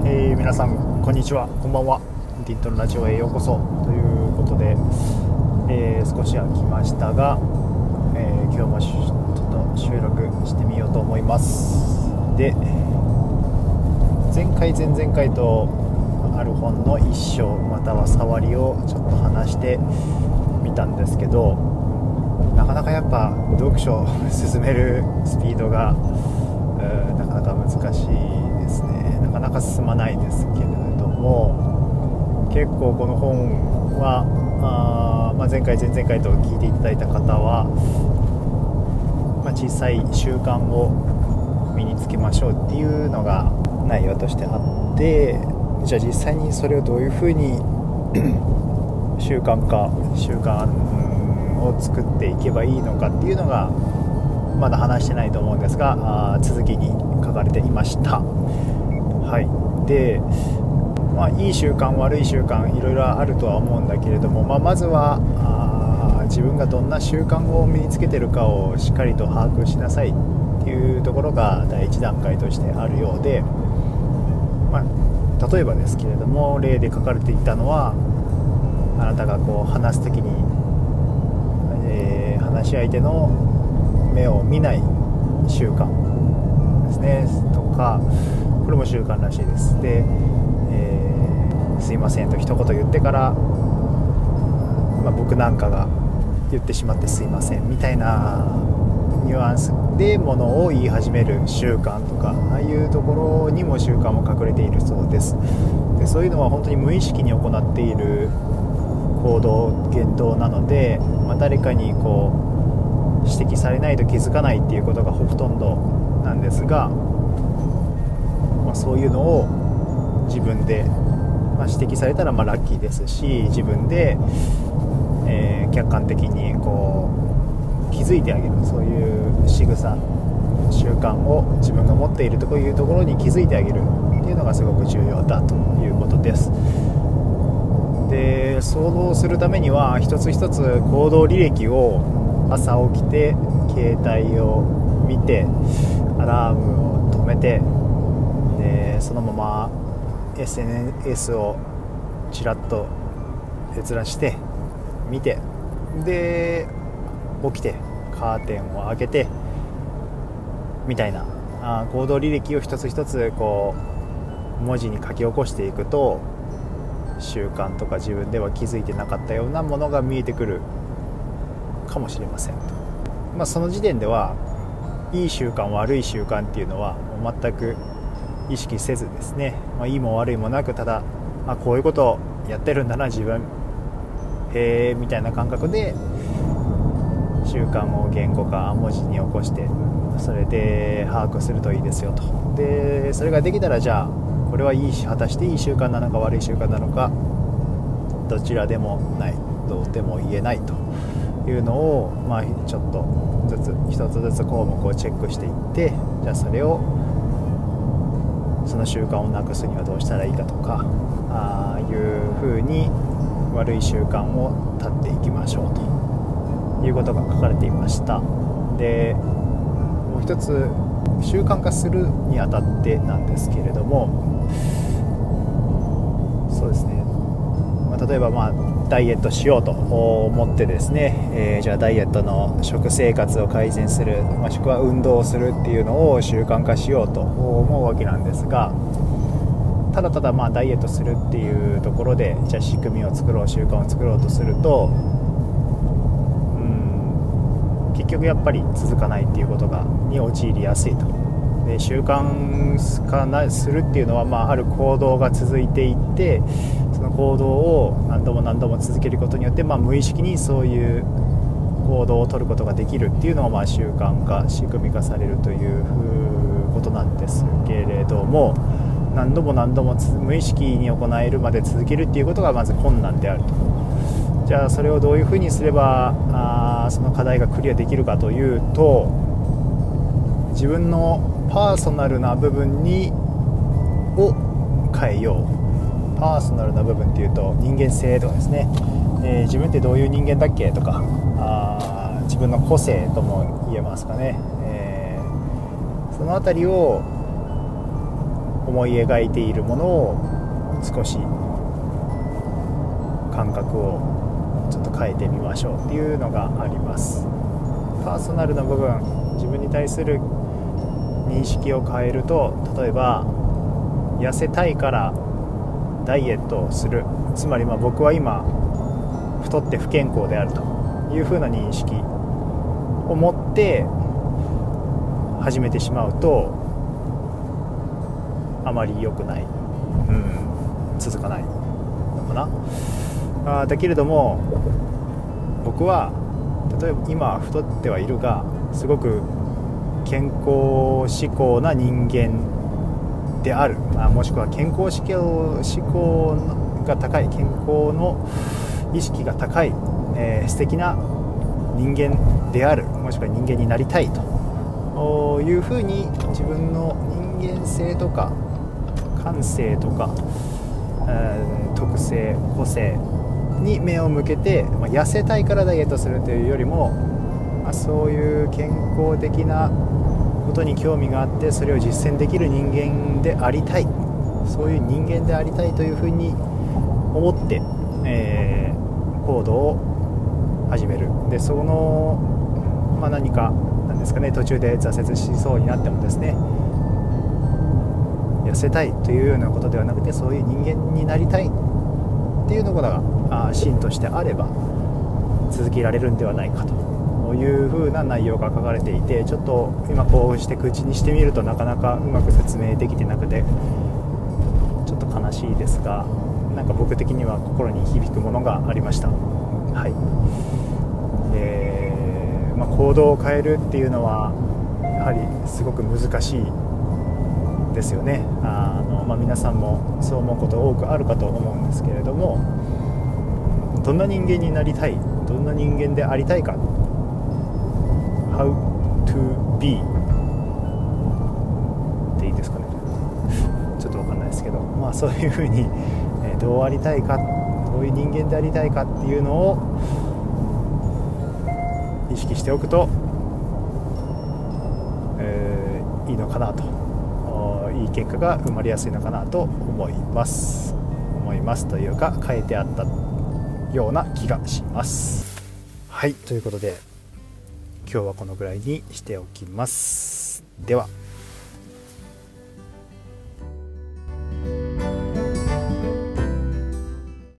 皆さんこんにちは、こんばんは。ディントンラジオへようこそということで、少し空きましたが、今日もちょっと収録してみようと思います。で、前回前々回とある本の一章または触りをちょっと話してみたんですけど、なかなかやっぱ読書を進めるスピードがなかなか難しいですね。なかなか進まないですけれども、結構この本は前回前々回と聞いていただいた方は、小さい習慣を身につけましょうっていうのが内容としてあって、じゃあ実際にそれをどういうふうに習慣を作っていけばいいのかっていうのがまだ話してないと思うんですが、続きに書かれていました。はい。で、いい習慣悪い習慣いろいろあるとは思うんだけれども、まずは自分がどんな習慣を身につけてるかをしっかりと把握しなさいっていうところが第一段階としてあるようで、例えばですけれども、例で書かれていたのは、あなたが話すときに、話し相手の目を見ない習慣ですねとか、これも習慣らしいです。で、すいませんと一言言ってから、僕なんかが言ってしまってすいませんみたいなニュアンスでものを言い始める習慣とか、ああいうところにも習慣も隠れているそうです。で、そういうのは本当に無意識に行っている行動言動なので、誰かに指摘されないと気づかないっていうことがほとんどなんですが、そういうのを自分で、指摘されたらラッキーですし、自分で、客観的に気づいてあげる、そういう仕草習慣を自分が持っているというところに気づいてあげるっていうのがすごく重要だということです。で、そうするためには一つ一つ行動履歴を朝起きて携帯を見てアラームを止めて、でそのまま SNS をちらっと閲覧して見て、で起きてカーテンを開けてみたいな行動履歴を一つ一つ文字に書き起こしていくと、習慣とか自分では気づいてなかったようなものが見えてくるかもしれませんと。その時点ではいい習慣悪い習慣っていうのはもう全く意識せずですね、いいも悪いもなく、ただ、こういうことをやってるんだな自分、へーみたいな感覚で習慣を言語化文字に起こして、それで把握するといいですよと。でそれができたら、じゃあこれはいい果たしていい習慣なのか悪い習慣なのか、どちらでもない、どうでも言えないというのを、ちょっとずつ一つずつ項目をチェックしていって、じゃあその習慣をなくすにはどうしたらいいかとか、ああいう風に悪い習慣を断っていきましょうということが書かれていました。で、もう一つ習慣化するにあたってなんですけれども、そうですね、例えばダイエットしようと思ってですね、じゃあダイエットの食生活を改善する、もしくは運動をするっていうのを習慣化しようと思うわけなんですが、ただただダイエットするっていうところで、じゃあ仕組みを作ろう、習慣を作ろうとすると、結局やっぱり続かないっていうことに陥りやすいと。で、習慣化するっていうのは、ある行動が続いていって、その行動を何度も何度も続けることによって、無意識にそういう行動を取ることができるっていうのが、習慣化、仕組み化されるということなんですけれども、何度も何度も無意識に行えるまで続けるっていうことがまず困難であると。じゃあそれをどういうふうにすればその課題がクリアできるかというと、自分のパーソナルな部分を変えよう。パーソナルな部分っていうと人間性とかですね、自分ってどういう人間だっけとか、自分の個性とも言えますかね、そのあたりを思い描いているものを少し感覚をちょっと変えてみましょうっていうのがあります。パーソナルな部分、自分に対する認識を変えると、例えば痩せたいからダイエットをする、つまり僕は今太って不健康であるというふうな認識を持って始めてしまうとあまり良くない、続かないのかな。だけれども僕は例えば今太ってはいるがすごく健康志向な人間である、もしくは健康志向が高い、健康の意識が高い、素敵な人間である、もしくは人間になりたいというふうに自分の人間性とか感性とか、特性個性に目を向けて、痩せたいからダイエットするというよりも、そういう健康的なことに興味があってそれを実践できる人間でありたい、そういう人間でありたいというふうに思って、行動を始める。でその、何かなんですかね、途中で挫折しそうになってもですね、痩せたいというようなことではなくて、そういう人間になりたいっていうのが芯としてあれば続けられるんではないかというふうな内容が書かれていて、ちょっと今こうして口にしてみるとなかなかうまく説明できてなくてちょっと悲しいですが、なんか僕的には心に響くものがありました。はい。で、行動を変えるっていうのはやはりすごく難しいですよね。皆さんもそう思うこと多くあるかと思うんですけれども、どんな人間になりたい、どんな人間でありたいか、 How to be っていいですかね、ちょっと分かんないですけど、そういうふうにどうありたいか、どういう人間でありたいかっていうのを意識しておくと、いいのかなと、いい結果が生まれやすいのかなと思いますというか、書いてあったような気がします。はい、ということで今日はこのぐらいにしておきます。では。